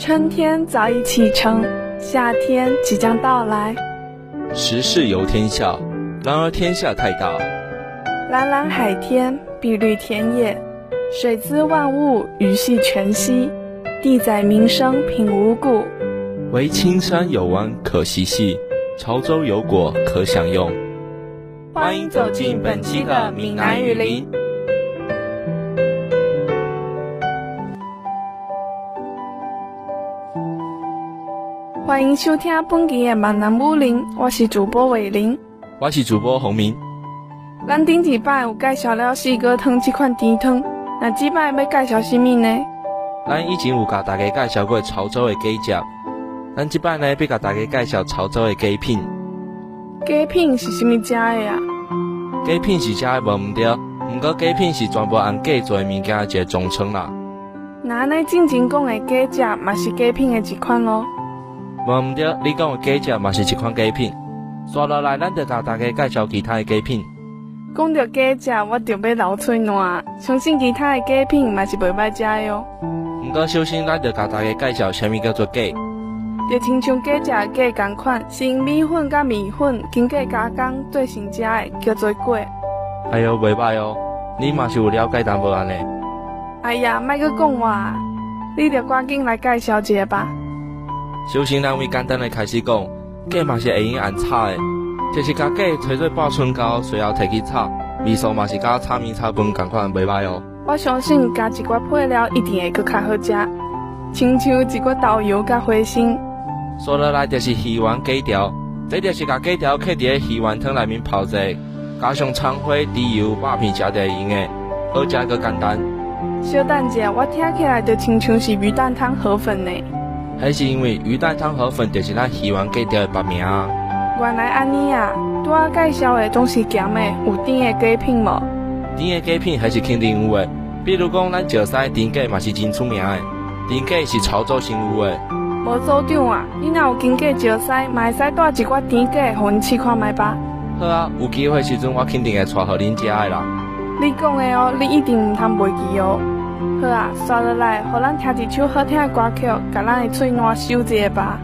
春天早已启程，夏天即将到来。 时事游天下，然而天下太大。 蓝蓝海天，碧绿田野，水滋万物，鱼戏泉溪，地载民生品五谷。 唯青山有湾可嬉戏，潮州有果可享用。 欢迎走进本期的闽南语林。欢迎收听本期的闽南语林，我是主播伟玲， 我是主播洪明。 咱顶一摆有介绍了四果汤这款甜汤，那这摆要介绍什么呢？ 咱以前有甲大家介绍过潮州的鸡汁，咱这摆呢要甲大家介绍潮州的鸡品。 鸡品是什么食的啊？ 鸡品是食的无毋对，不过鸡品是全部按鸡做的物件的一个总称啦。 那咱正经讲的鸡汁嘛是鸡品的一款咯。 无毋对，你讲的鸡汁嘛是一款鸡品。刷落来，咱就甲大家介绍其他的鸡品。 讲到鸡汁，我就要流嘴烂，相信其他的鸡品嘛是袂歹食的哦。 不过首先，咱就甲大家介绍什么叫做鸡。 就亲像鸡汁的鸡同款，是用米粉甲面粉经过加工做成食的，叫做粿。 哎呦，袂歹哦，你嘛是有了解淡薄安尼。 哎呀，莫阁讲我，你着赶紧来介绍一个吧。 首先，咱为简单的开始讲，鸡嘛是会用按炒的，就是甲鸡吹做爆春糕，随后摕去炒，味素嘛是甲炒面炒饭同款，袂歹哦。 我相信加一寡配料一定会更较好食，亲像一寡豆油甲花生。 刷落来就是鱼丸鸡条，这就是甲鸡条刻伫个鱼丸汤内面泡者，加上葱花、猪油、肉片，食就会用的，好食阁简单。 小等者，我听起来就亲像是鱼蛋汤河粉呢。 迄是因为鱼蛋汤河粉就是咱鱼丸鸡条的别名啊。 原来安尼啊，拄仔介绍的总是咸的，有甜的鸡品无？ 甜的鸡品还是肯定有的，比如讲咱石狮甜鸡嘛是真出名的，甜鸡是潮州先有的。 无组长啊，你若有经过石狮，嘛会使带一寡甜鸡，互阮试看卖吧。 好啊，有机会时阵我肯定会带互恁食的啦。 你讲的哦，你一定毋通袂记哦。好啊，刷落来，互咱听一首好听的歌曲，甲咱的嘴烂收一下吧。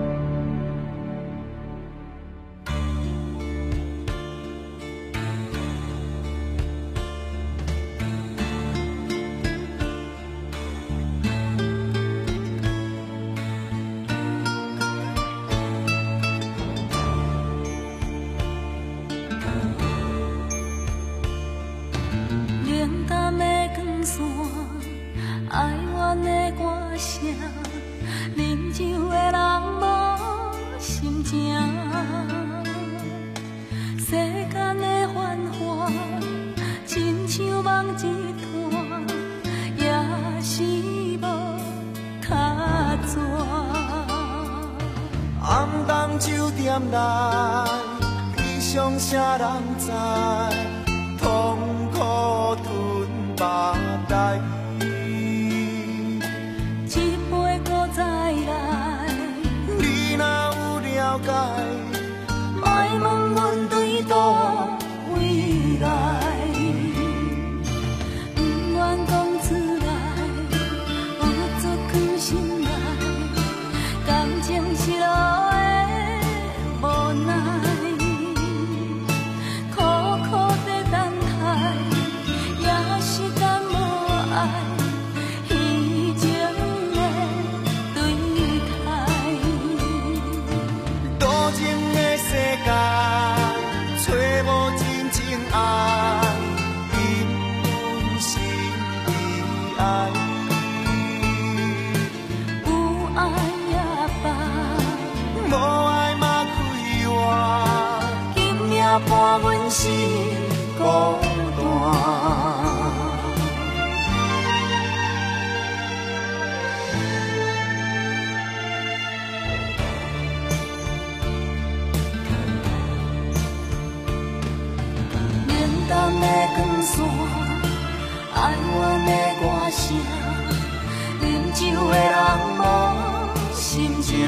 哀怨的歌声，啉酒的人无心情。世间的繁华，亲像梦一团，也是无较绝。 暗淡酒店内，悲伤啥人知？痛苦吞腹内。莫问阮对倒位来，不愿讲出来，有足藏心内，感情失落的无奈，苦苦在等待，也是甘无爱。找无真正爱，因阮心意爱。有爱也罢，无爱嘛开活。今夜伴阮心孤单。冷的光线，哀怨的歌声，啉酒的人无心情。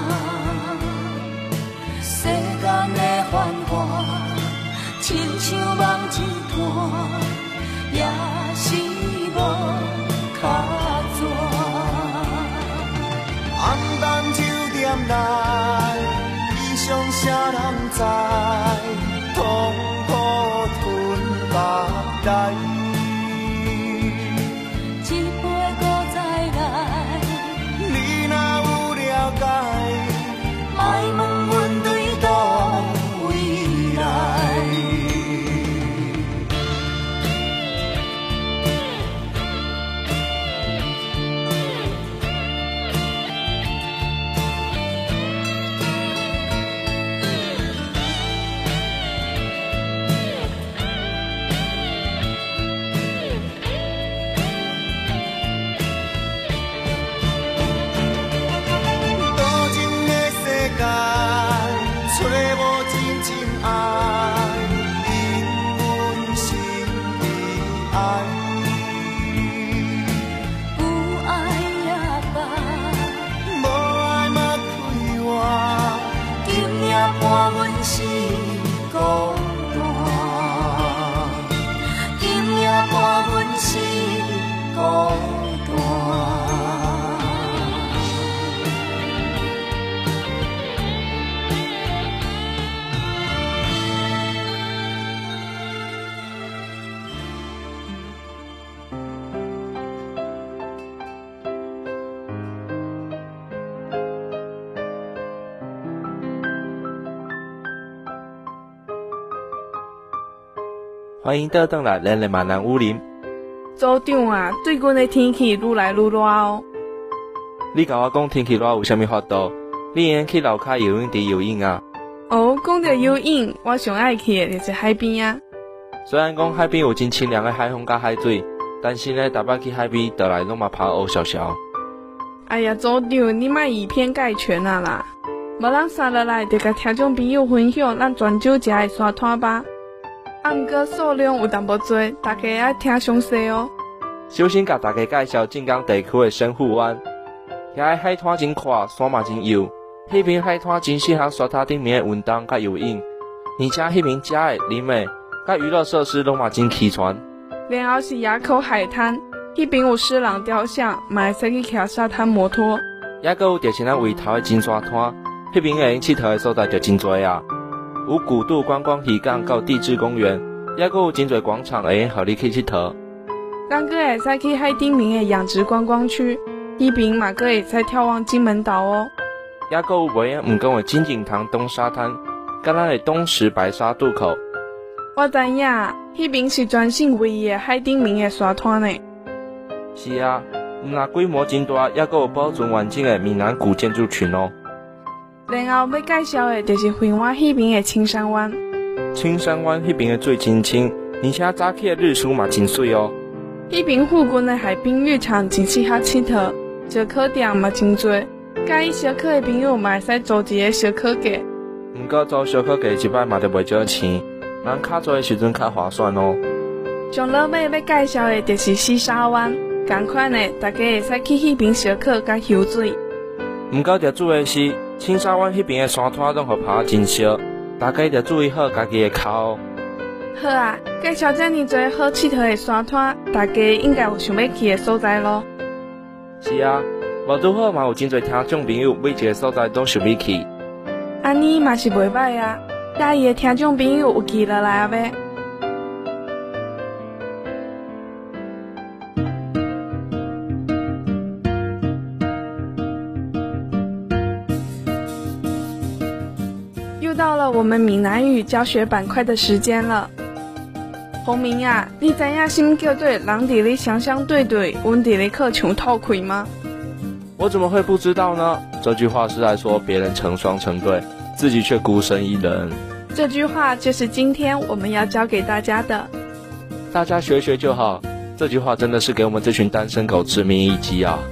世间的繁华，亲像梦一团，也是无较绝。 来，异乡啥人知？痛苦吞腹来， 一杯搁再来。 你若有了解，莫问阮对倒位来。找无真正爱，因阮心里爱。 有爱也罢， 无爱嘛开换，今夜伴阮心孤单，今夜伴阮心孤单。 欢迎倒转来咱的闽南武林。 组长啊，最近的天气愈来愈热哦。 你甲我讲天气热有啥物法度？你应去楼骹游泳池游泳啊？ 哦，讲到游泳，我上爱去的就是海边啊。 虽然讲海边有真清凉的海风甲海水，但是呢，逐摆去海边倒来拢嘛怕乌烧烧。 哎呀，组长，你莫以偏概全啊啦！无咱三落来，就甲听众朋友分享咱泉州食的沙滩吧。啊，毋过数量有淡薄多，大家要听详细哦。 首先甲大家介绍晋江地区的神户湾，遐个海滩真宽，山嘛真幼，迄边海滩真适合沙滩顶面的运动甲游泳，而且迄边食的、啉的，甲娱乐设施拢嘛真齐全。 然后是垭口海滩，迄边有狮人雕像，嘛会使去骑沙滩摩托。 也阁有就是咱围头的金沙滩，迄边会用佚佗的所在就真多啊。有古渡观光渔港到地质公园，也阁有真侪广场会用互你去佚佗。 咱阁会使去海顶面的养殖观光区，迄边嘛阁会使眺望金门岛哦。 也阁有袂用毋讲的金井塘东沙滩，甲咱的东石白沙渡口。 我知影，迄边是全省唯一的海顶面的沙滩呢。 是啊，毋但规模真大，也阁有保存完整的闽南古建筑群哦。 然后要介绍的就是惠安迄边的青山湾。 青山湾迄边的水真清，而且早起的日出嘛真水哦。 迄边附近的海滨浴场真适合佚佗，烧烤店嘛真多，介意烧烤的朋友嘛会使租一个烧烤架。 毋过租烧烤架一摆嘛就袂少钱，人较多的时阵较划算哦。 上落尾要介绍的就是西沙湾，同款的大家会使去迄边烧烤甲游水。 毋过要注意的是，青沙湾迄边的山滩拢互拍真烧，大家要注意好家己的脚哦。 好啊，介绍这么多好佚佗的沙滩，大家应该有想要去的所在咯。 是啊，无拄好嘛有真侪听众朋友每一个所在都想要去。 安尼嘛是袂歹啊，介意的听众朋友有记落来啊呗。又到了我们闽南语教学板块的时间了。洪明啊，你知影什么叫做人伫咧双双对对，阮伫咧靠墙透气吗？ 我怎么会不知道呢？这句话是在说别人成双成对，自己却孤身一人。 这句话就是今天我们要教给大家的。 大家学学就好。这句话真的是给我们这群单身狗致命一击啊！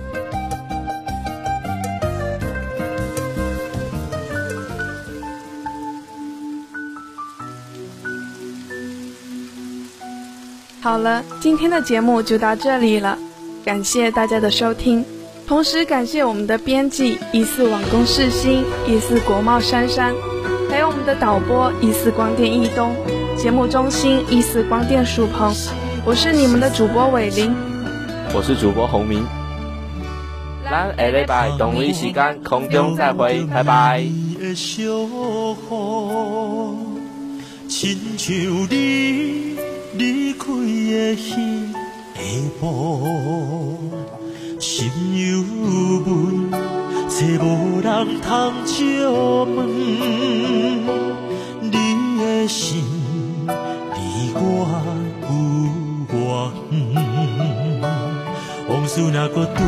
好了，今天的节目就到这里了，感谢大家的收听，同时感谢我们的编辑14网工世新、14国贸珊珊，还有我们的导播14光电义东，节目中心14光电曙鹏，我是你们的主播伟玲， 我是主播洪明。 咱下礼拜同一时间空中再会，拜拜。亲像你离开的彼下晡，心犹闷，找无人通借问。你的心离我有偌远，往事若搁对，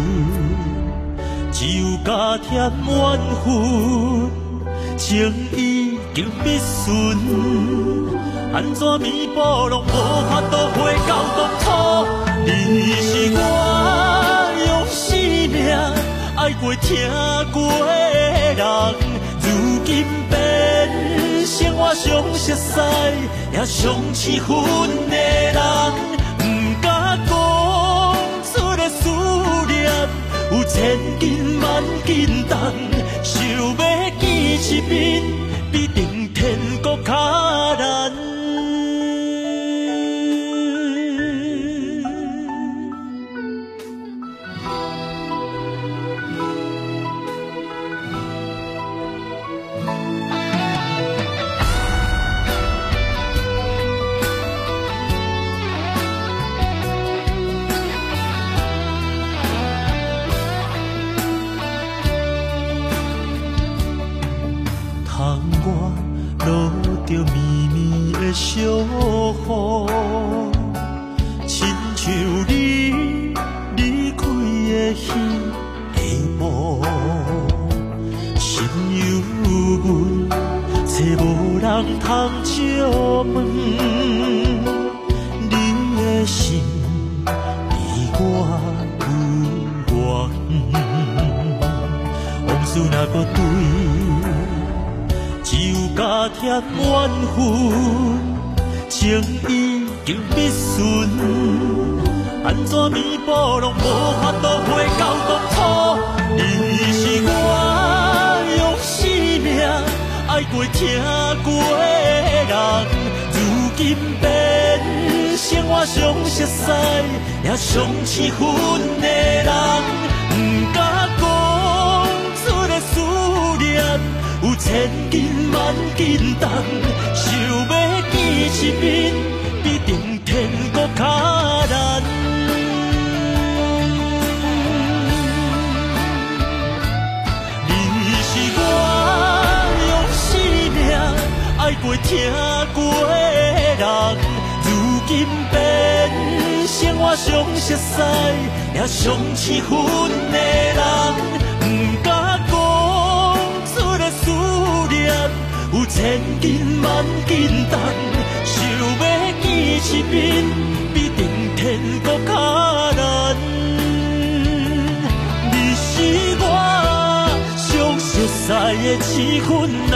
只有加添怨恨。情已经必顺，安怎弥补拢无法度回到当初。你是我用生命爱过疼过的人，如今变成我上熟悉也上凄恨的人，不敢讲出的思念有千斤万斤重，想要见一面，必定天国较难。着绵绵的小雨，亲像你离开的彼下晡，心犹闷，找无人通借问。你的心离我有偌远，往事若搁对，只有加添怨恨，情已经必顺，安怎弥补拢无法度回到当初。你是我用生命爱过疼过的人，如今变成我上熟悉也上凄恨的人，不敢讲出的思念有千斤万斤重，想要见一面，必定天国较难。你是我用生命爱过疼过的人，如今变成我上熟悉也上凄恨的人，不敢讲出的思念有千斤万斤重，想要见一面，必定天国较难。你是我上熟悉的凄恨。